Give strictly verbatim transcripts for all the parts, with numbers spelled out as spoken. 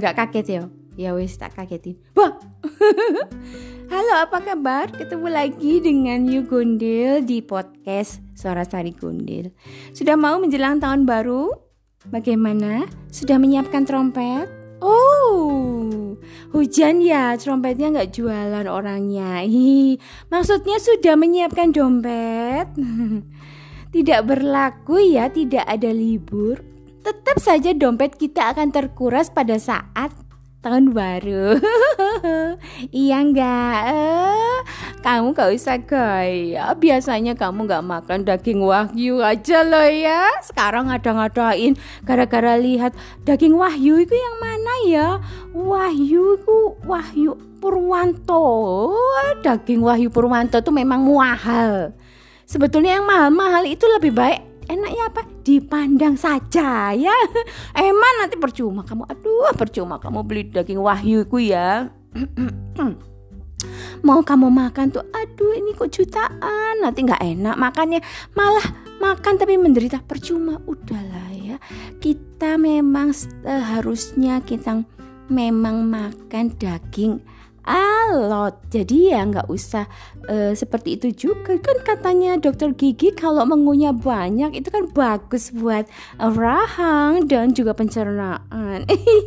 Nggak kaget ya? Ya wis tak kagetin. Wah. Halo, apa kabar? Ketemu lagi dengan Yu Gundil di podcast Suara Sari Gundil. Sudah mau menjelang tahun baru? Bagaimana? Sudah menyiapkan trompet? Oh, hujan ya, trompetnya nggak jualan orangnya. Hi, maksudnya sudah menyiapkan dompet? Tidak berlaku ya, tidak ada libur. Tetap saja dompet kita akan terkuras pada saat tahun baru. Iya enggak? Eh, kamu gak usah gaya. Biasanya kamu gak makan daging wahyu aja loh ya. Sekarang ngada-ngadain gara-gara lihat daging wahyu itu yang mana ya? Wahyu itu Wahyu Purwanto. Daging Wahyu Purwanto tuh memang mahal. Sebetulnya yang mahal-mahal itu lebih baik enaknya apa? Dipandang saja ya. Emang nanti percuma kamu. Aduh, percuma kamu beli daging wahyu ku ya. Mau kamu makan tuh, aduh ini kok jutaan, nanti nggak enak makannya. Malah makan tapi menderita, percuma. Udahlah ya. Kita memang uh, harusnya kita memang makan daging alot, jadi ya nggak usah uh, seperti itu juga kan katanya dokter gigi kalau mengunyah banyak itu kan bagus buat rahang dan juga pencernaan.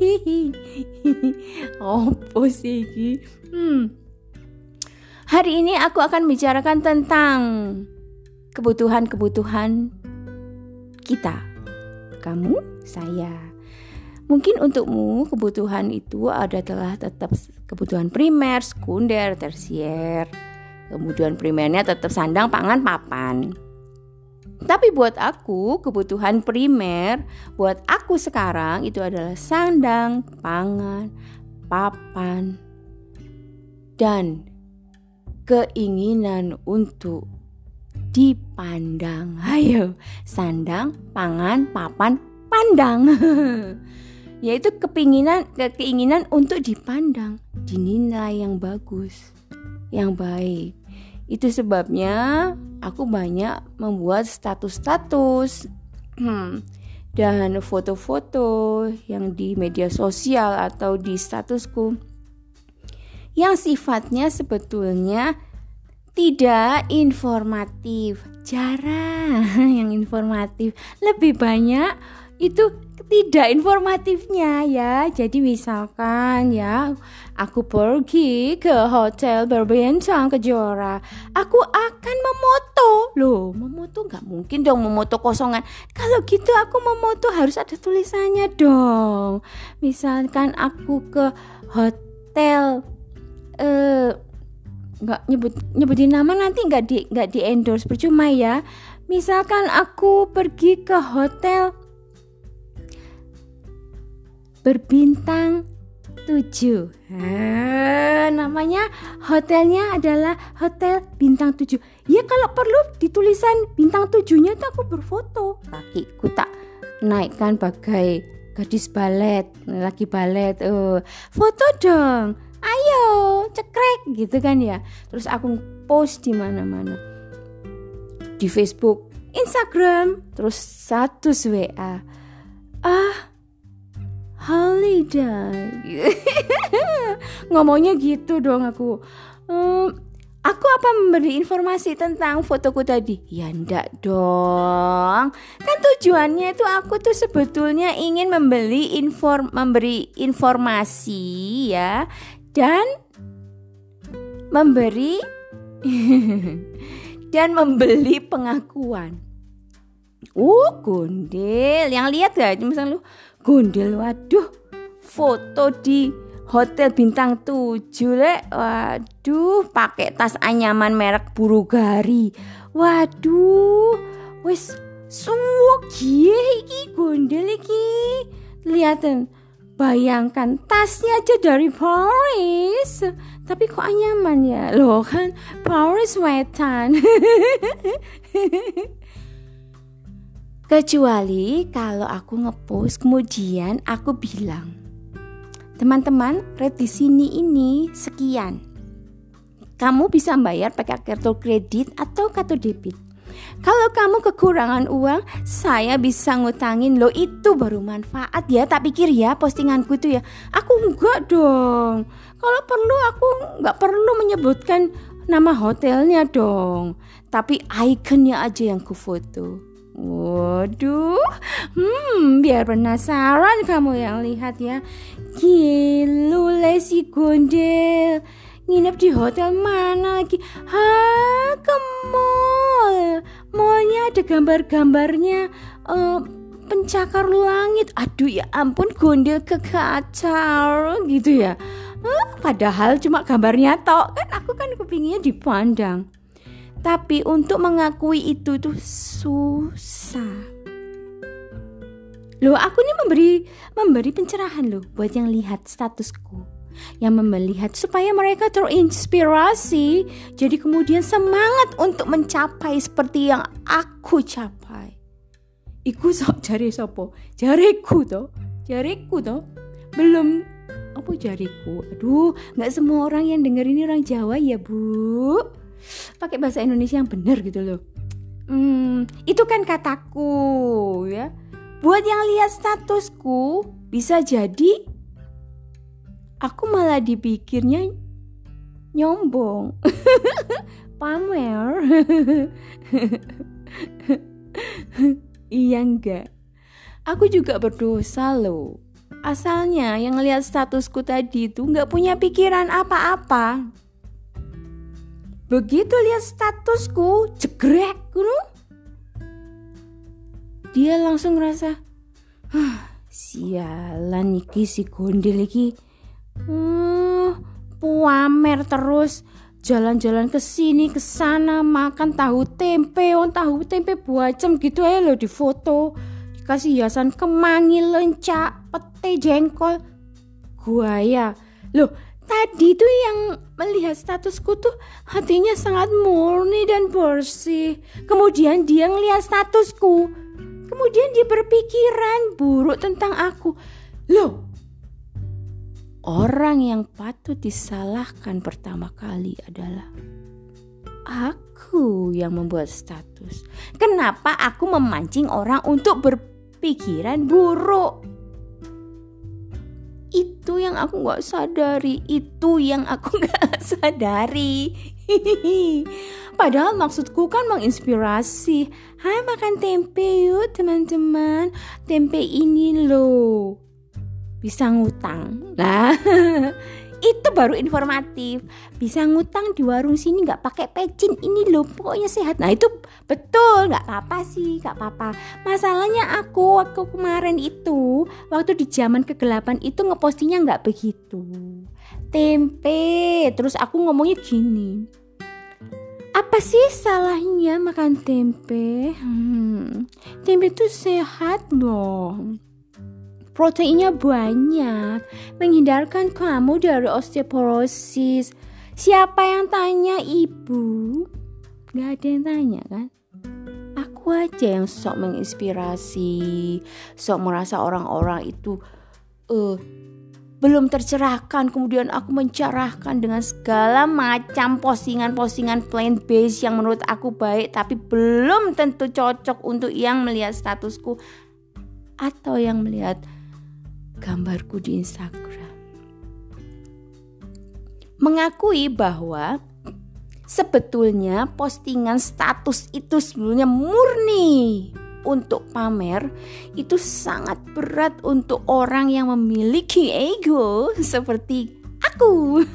Apa sih? Hmm. Hari ini aku akan bicarakan tentang kebutuhan-kebutuhan kita, kamu, saya. Mungkin untukmu kebutuhan itu adalah tetap kebutuhan primer, sekunder, tersier. Kemudian primernya tetap sandang, pangan, papan. Tapi buat aku kebutuhan primer, buat aku sekarang itu adalah sandang, pangan, papan, dan keinginan untuk dipandang. Ayo, sandang, pangan, papan, pandang. Yaitu kepinginan, keinginan untuk dipandang, dinilai yang bagus, yang baik. Itu sebabnya aku banyak membuat status-status hmm, dan foto-foto yang di media sosial atau di statusku yang sifatnya sebetulnya tidak informatif, jarang yang informatif, lebih banyak itu tidak informatifnya ya. Jadi misalkan ya, aku pergi ke hotel berbintang Kejora, aku akan memoto. Loh, memoto nggak mungkin dong memoto kosongan. Kalau gitu aku memoto harus ada tulisannya dong. Misalkan aku ke hotel eh nggak nyebut nyebutin nama nanti nggak di nggak di endorse, percuma ya. Misalkan aku pergi ke hotel berbintang tujuh. Ah, namanya hotelnya adalah hotel bintang tujuh. Ya kalau perlu ditulisan bintang tujuhnya itu aku berfoto. Kakiku tak naikkan bagai gadis balet, lagi balet. Oh, foto dong. Ayo, cekrek gitu kan ya. Terus aku post di mana-mana. Di Facebook, Instagram, terus status W A. Ah, holiday. Ngomongnya gitu dong aku. um, Aku apa memberi informasi tentang fotoku tadi? Ya enggak dong. Kan tujuannya itu aku tuh sebetulnya ingin membeli inform, memberi informasi ya, dan memberi dan membeli pengakuan. Oh, Gundil, yang lihat gak? Misalnya lu Gundil, waduh, foto di hotel bintang tujuh le, waduh, pakai tas anyaman merek Burugari, waduh, wes suwok gie iki Gundil iki, lihatin, bayangkan tasnya aja dari Paris, tapi kok anyaman ya, loh kan Paris wetan. Kecuali kalau aku ngepost kemudian aku bilang, teman-teman, rate di sini ini sekian. Kamu bisa bayar pakai kartu kredit atau kartu debit. Kalau kamu kekurangan uang, saya bisa ngutangin lo, itu baru manfaat ya. Tak pikir ya postinganku itu ya. Aku enggak dong. Kalau perlu aku enggak perlu menyebutkan nama hotelnya dong. Tapi ikonnya aja yang kufoto. Waduh, hmm, biar penasaran kamu yang lihat ya. Gile si gondel, nginep di hotel mana lagi? Hah, ke mall. Mallnya ada gambar-gambarnya uh, pencakar langit. Aduh ya ampun, gondel kekacau gitu ya. uh, Padahal cuma gambarnya tok. Kan aku kan kepinginnya dipandang. Tapi untuk mengakui itu tuh susah. Loh, aku nih memberi memberi pencerahan loh buat yang lihat statusku, yang melihat supaya mereka terinspirasi, jadi kemudian semangat untuk mencapai seperti yang aku capai. Iku sok jari sopo? Jariku toh, jariku toh. Belum apa jariku? Aduh, nggak semua orang yang denger ini orang Jawa ya Bu. Pakai bahasa Indonesia yang benar gitu loh. Hmm, itu kan kataku ya. Buat yang lihat statusku, bisa jadi aku malah dipikirnya nyombong. Pamer. Iya enggak? Aku juga berdosa loh. Asalnya yang lihat statusku tadi itu enggak punya pikiran apa-apa. Begitu lihat statusku, jegrek gitu, dia langsung ngerasa, huh, sialan iki si gondel iki, uh, pamer terus, jalan-jalan ke sini ke sana, makan tahu tempe, on tahu tempe buacem gitu aja loh di foto, dikasih hiasan kemangi, lencak, pete, jengkol, gua ya, loh. Tadi tuh yang melihat statusku tuh hatinya sangat murni dan bersih. Kemudian dia ngelihat statusku. Kemudian dia berpikiran buruk tentang aku. Loh, orang yang patut disalahkan pertama kali adalah aku yang membuat status. Kenapa aku memancing orang untuk berpikiran buruk? Itu yang aku gak sadari. Itu yang aku gak sadari. Padahal maksudku kan menginspirasi. Hai, makan tempe yuk teman-teman. Tempe ini loh bisa ngutang. Nah, itu baru informatif. Bisa ngutang di warung sini gak pakai pecin. Ini loh pokoknya sehat. Nah itu betul, gak apa-apa sih, gak apa-apa. Masalahnya aku waktu kemarin itu, waktu di zaman kegelapan itu ngepostingnya gak begitu. Tempe, terus aku ngomongnya gini, apa sih salahnya makan tempe? Hmm, tempe itu sehat loh. Proteinnya banyak, menghindarkan kamu dari osteoporosis. Siapa yang tanya ibu? Gak ada yang tanya kan? Aku aja yang sok menginspirasi, sok merasa orang-orang itu uh, belum tercerahkan. Kemudian aku mencerahkan dengan segala macam postingan-postingan plant based yang menurut aku baik, tapi belum tentu cocok untuk yang melihat statusku atau yang melihat gambarku di Instagram. Mengakui bahwa sebetulnya postingan status itu sebenarnya murni untuk pamer, itu sangat berat untuk orang yang memiliki ego seperti aku.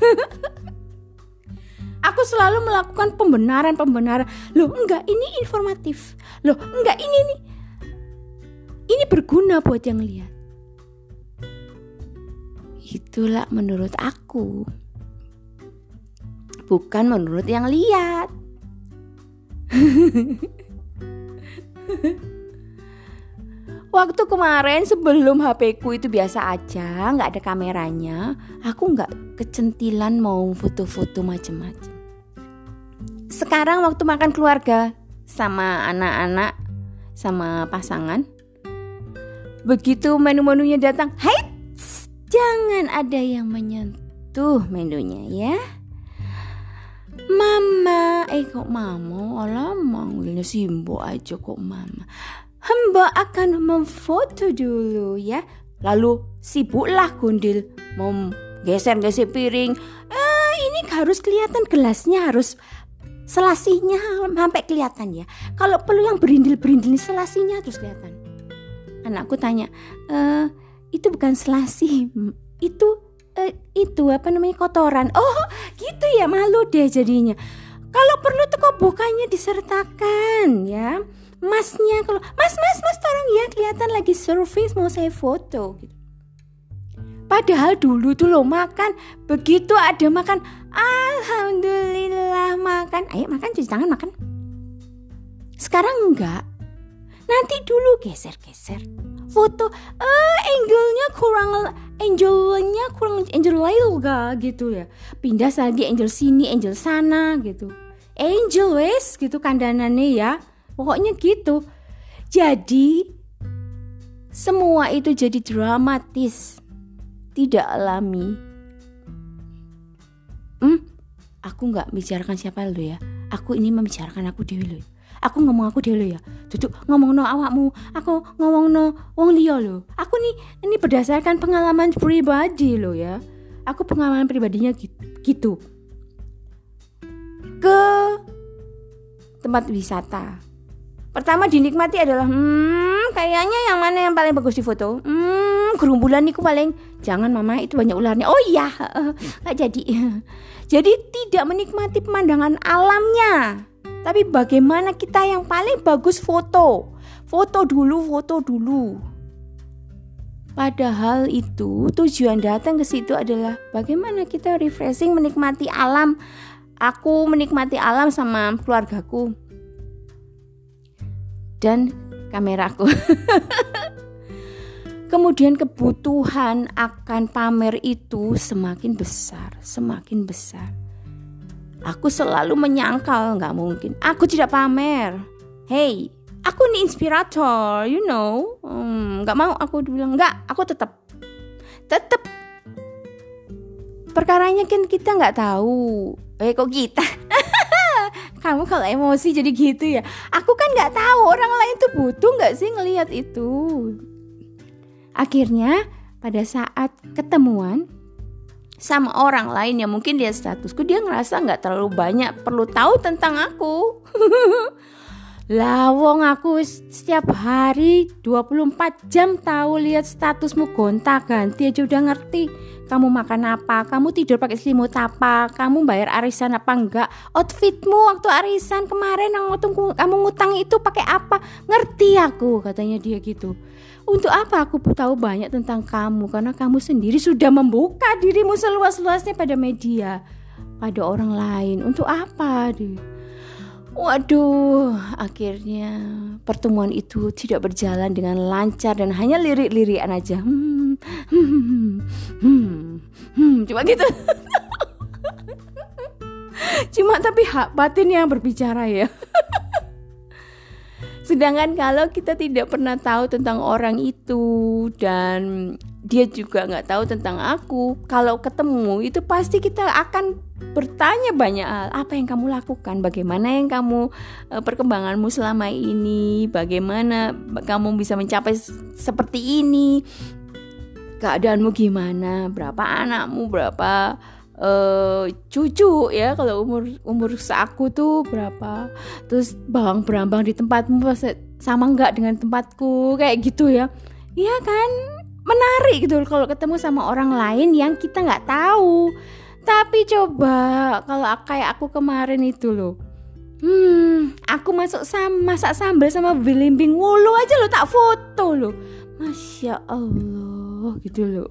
Aku selalu melakukan pembenaran-pembenaran. Loh enggak, ini informatif. Loh enggak, ini nih, ini berguna buat yang lihat. Itulah menurut aku, bukan menurut yang lihat. Waktu kemarin sebelum H P ku itu biasa aja, gak ada kameranya, aku gak kecentilan mau foto-foto macem-macem. Sekarang waktu makan keluarga sama anak-anak, sama pasangan, begitu menu-menunya datang, hai, jangan ada yang menyentuh menunya ya. Mama, eh kok mama, alah manggilnya Simbo aja kok mama. Hamba akan memfoto dulu ya. Lalu sibuklah Gundil mau geser-geser piring. Eh, ini harus kelihatan gelasnya, harus selasinya sampai kelihatan ya. Kalau perlu yang berindil-berindil selasinya terus kelihatan. Anakku tanya, e, itu bukan selasi, itu Uh, itu apa namanya kotoran. Oh gitu ya, malu deh jadinya. Kalau perlu tuh kok bukannya disertakan ya. Masnya kalau mas mas mas tolong ya, kelihatan lagi surface mau saya foto gitu. Padahal dulu tuh lo makan, begitu ada makan, alhamdulillah makan. Ayo makan, cuci tangan makan. Sekarang enggak. Nanti dulu geser-geser. Foto, eh angle-nya kurang, angle-nya kurang, angle yoga gitu ya. Pindah lagi angle sini, angle sana gitu. Angel wes gitu kandanannya ya. Pokoknya gitu. Jadi semua itu jadi dramatis, tidak alami. Hmm, aku nggak bicarakan siapa lo ya. Aku ini membicarakan aku dewi lo. Aku ngomong aku dhewe ya. Duduk ngomong no awakmu, aku ngomong no wong liya lho. Aku nih ini berdasarkan pengalaman pribadi lo ya. Aku pengalaman pribadinya gitu. Ke tempat wisata. Pertama dinikmati adalah hmm kayaknya yang mana yang paling bagus di foto. Hmm gerumbulan niku paling jangan mama itu banyak ularnya. Oh iya, enggak jadi. Jadi tidak menikmati pemandangan alamnya. Tapi bagaimana kita yang paling bagus foto. Foto dulu, foto dulu. Padahal itu tujuan datang ke situ adalah bagaimana kita refreshing, menikmati alam. Aku menikmati alam sama keluargaku. Dan kameraku. Kemudian kebutuhan akan pamer itu semakin besar, semakin besar. Aku selalu menyangkal, gak mungkin. Aku tidak pamer. Hey, aku nih inspirator, you know. Hmm, gak mau aku bilang, gak, aku tetap. Tetap. Perkaranya kan kita gak tahu. Eh kok kita? Kamu kalau emosi jadi gitu ya. Aku kan gak tahu orang lain tuh butuh gak sih ngelihat itu. Akhirnya pada saat ketemuan sama orang lain yang mungkin dia statusku, dia ngerasa gak terlalu banyak perlu tahu tentang aku. Lah wong aku setiap hari dua puluh empat jam tahu lihat statusmu gonta-ganti aja udah ngerti. Kamu makan apa, kamu tidur pakai selimut apa, kamu bayar arisan apa enggak, outfitmu waktu arisan kemarin yang ngutang, kamu ngutang itu pakai apa, ngerti aku, katanya dia gitu. Untuk apa aku tahu banyak tentang kamu? Karena kamu sendiri sudah membuka dirimu seluas-luasnya pada media, pada orang lain. Untuk apa deh? Waduh, akhirnya pertemuan itu tidak berjalan dengan lancar dan hanya lirik-lirikan aja. Hmm, hmm, hmm, hmm, cuma gitu. Cuma tapi hak batin yang berbicara ya. Sedangkan kalau kita tidak pernah tahu tentang orang itu dan dia juga nggak tahu tentang aku, kalau ketemu itu pasti kita akan bertanya banyak hal. Apa yang kamu lakukan? Bagaimana yang kamu perkembanganmu selama ini? Bagaimana kamu bisa mencapai seperti ini? Keadaanmu gimana? Berapa anakmu? Berapa Uh, cucu ya, kalau umur umur seaku tuh berapa, terus bawang berambang di tempatmu sama nggak dengan tempatku, kayak gitu ya. Iya kan, menarik gitu kalau ketemu sama orang lain yang kita nggak tahu. Tapi coba kalau kayak aku kemarin itu loh, hmm, aku masuk sam masak sambal sama belimbing wulu aja lo tak foto lo, masya Allah gitu loh.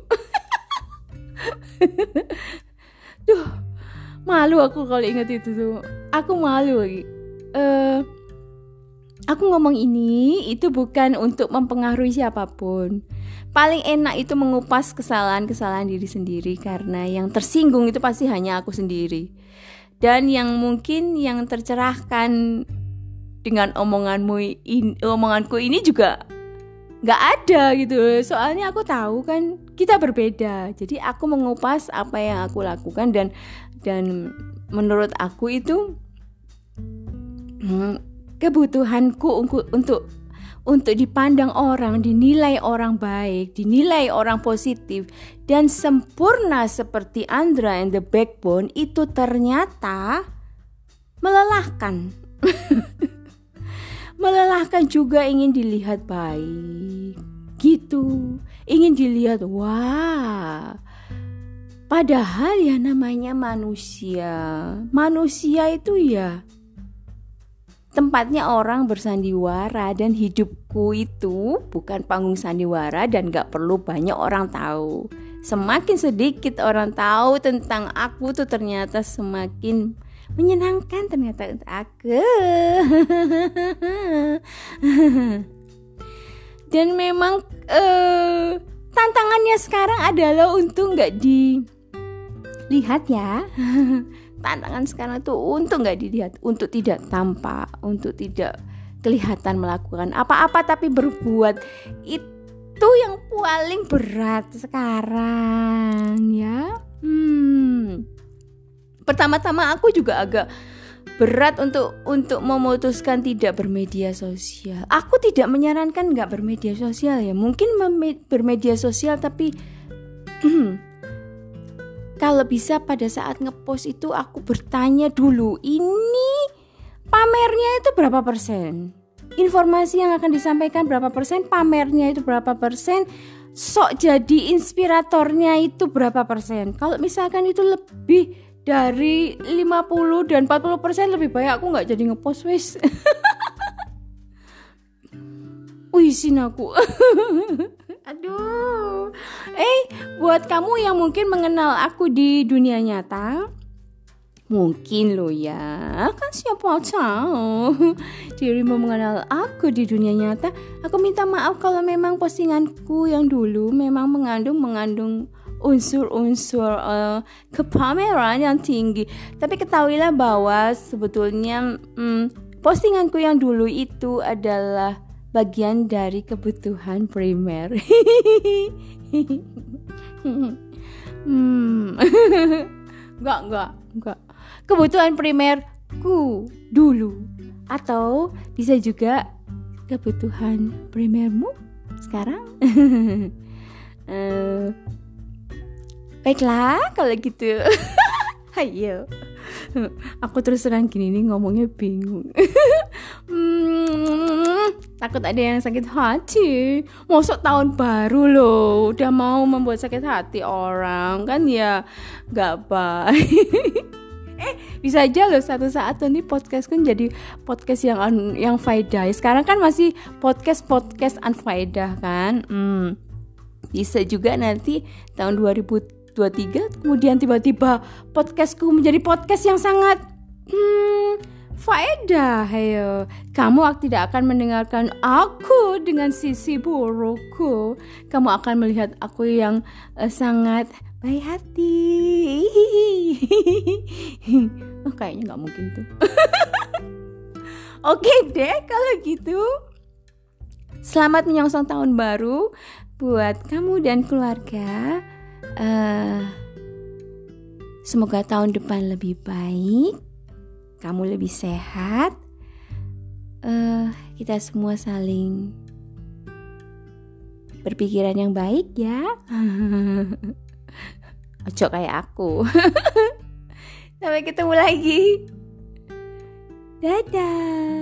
Duh, malu aku kalau ingat itu tuh. Aku malu lagi. Uh, aku ngomong ini itu bukan untuk mempengaruhi siapapun. Paling enak itu mengupas kesalahan-kesalahan diri sendiri, karena yang tersinggung itu pasti hanya aku sendiri. Dan yang mungkin yang tercerahkan dengan omonganmu in, omonganku ini juga nggak ada gitu. Soalnya aku tahu kan kita berbeda. Jadi aku mengupas apa yang aku lakukan dan dan menurut aku itu hmm, kebutuhanku untuk untuk untuk dipandang orang, dinilai orang baik, dinilai orang positif dan sempurna seperti Andra and the Backbone itu ternyata melelahkan. Melelahkan juga, ingin dilihat baik gitu, ingin dilihat wah. Padahal ya namanya manusia. Manusia itu ya tempatnya orang bersandiwara, dan hidupku itu bukan panggung sandiwara dan gak perlu banyak orang tahu. Semakin sedikit orang tahu tentang aku tuh ternyata semakin menyenangkan ternyata untuk aku. Dan memang eh, tantangannya sekarang adalah untuk gak dilihat ya. Tantangan sekarang itu untuk gak dilihat, untuk tidak tampak, untuk tidak kelihatan melakukan apa-apa tapi berbuat. Itu yang paling berat sekarang ya. Hmm. Pertama-tama aku juga agak berat untuk untuk memutuskan tidak bermedia sosial. Aku tidak menyarankan gak bermedia sosial ya. Mungkin mem- bermedia sosial tapi kalau bisa pada saat ngepost itu aku bertanya dulu, ini pamernya itu berapa persen? Informasi yang akan disampaikan berapa persen? Pamernya itu berapa persen? Sok jadi inspiratornya itu berapa persen? Kalau misalkan itu lebih dari lima puluh dan empat puluh persen, lebih baik aku gak jadi ngepost wis. Wisin aku. Aduh. Eh, buat kamu yang mungkin mengenal aku di dunia nyata, mungkin lo ya, kan siapa tahu dirimu mengenal aku di dunia nyata. Aku minta maaf kalau memang postinganku yang dulu memang mengandung mengandung unsur-unsur uh, kepameran yang tinggi. Tapi ketahuilah bahwa sebetulnya hmm, postinganku yang dulu itu adalah bagian dari kebutuhan primer. hmm. Enggak, enggak, enggak. Kebutuhan primerku dulu, atau bisa juga kebutuhan primermu sekarang. uh, Baiklah kalau gitu. Ayo. Aku terus terang gini nih ngomongnya bingung. hmm, Takut ada yang sakit hati. Masuk tahun baru loh, udah mau membuat sakit hati orang, kan ya gak baik. Eh bisa aja loh satu saat tuh nih podcast kan jadi podcast yang yang faedah. Sekarang kan masih podcast podcast unfaedah kan. Hmm, bisa juga nanti tahun dua ribu dua puluh tiga kemudian tiba-tiba podcastku menjadi podcast yang sangat hmm, faedah. Ayo, kamu tidak akan mendengarkan aku dengan sisi burukku. Kamu akan melihat aku yang uh, sangat baik hati. Oh, kayaknya nggak mungkin tuh. Oke deh kalau gitu. Selamat menyongsong tahun baru buat kamu dan keluarga. Uh, semoga tahun depan lebih baik, kamu lebih sehat, uh, kita semua saling berpikiran yang baik ya. Ojo kayak aku. Sampai ketemu lagi. Dadah.